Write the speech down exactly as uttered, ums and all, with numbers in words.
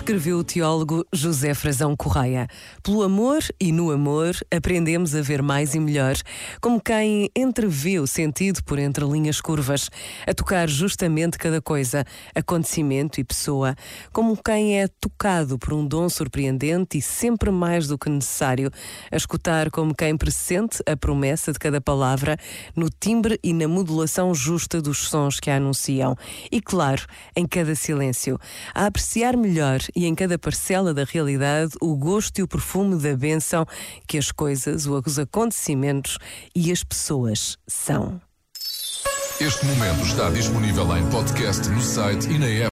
escreveu o teólogo José Frazão Correia. Pelo amor e no amor aprendemos a ver mais e melhor, como quem entrevê o sentido por entre linhas curvas, a tocar justamente cada coisa, acontecimento e pessoa, como quem é tocado por um dom surpreendente e sempre mais do que necessário, a escutar como quem pressente a promessa de cada palavra no timbre e na modulação justa dos sons que a anunciam e, claro, em cada silêncio, a apreciar melhor e em cada parcela da realidade o gosto e o perfume da bênção que as coisas, os acontecimentos e as pessoas são. Este momento está disponível em podcast no site e na app.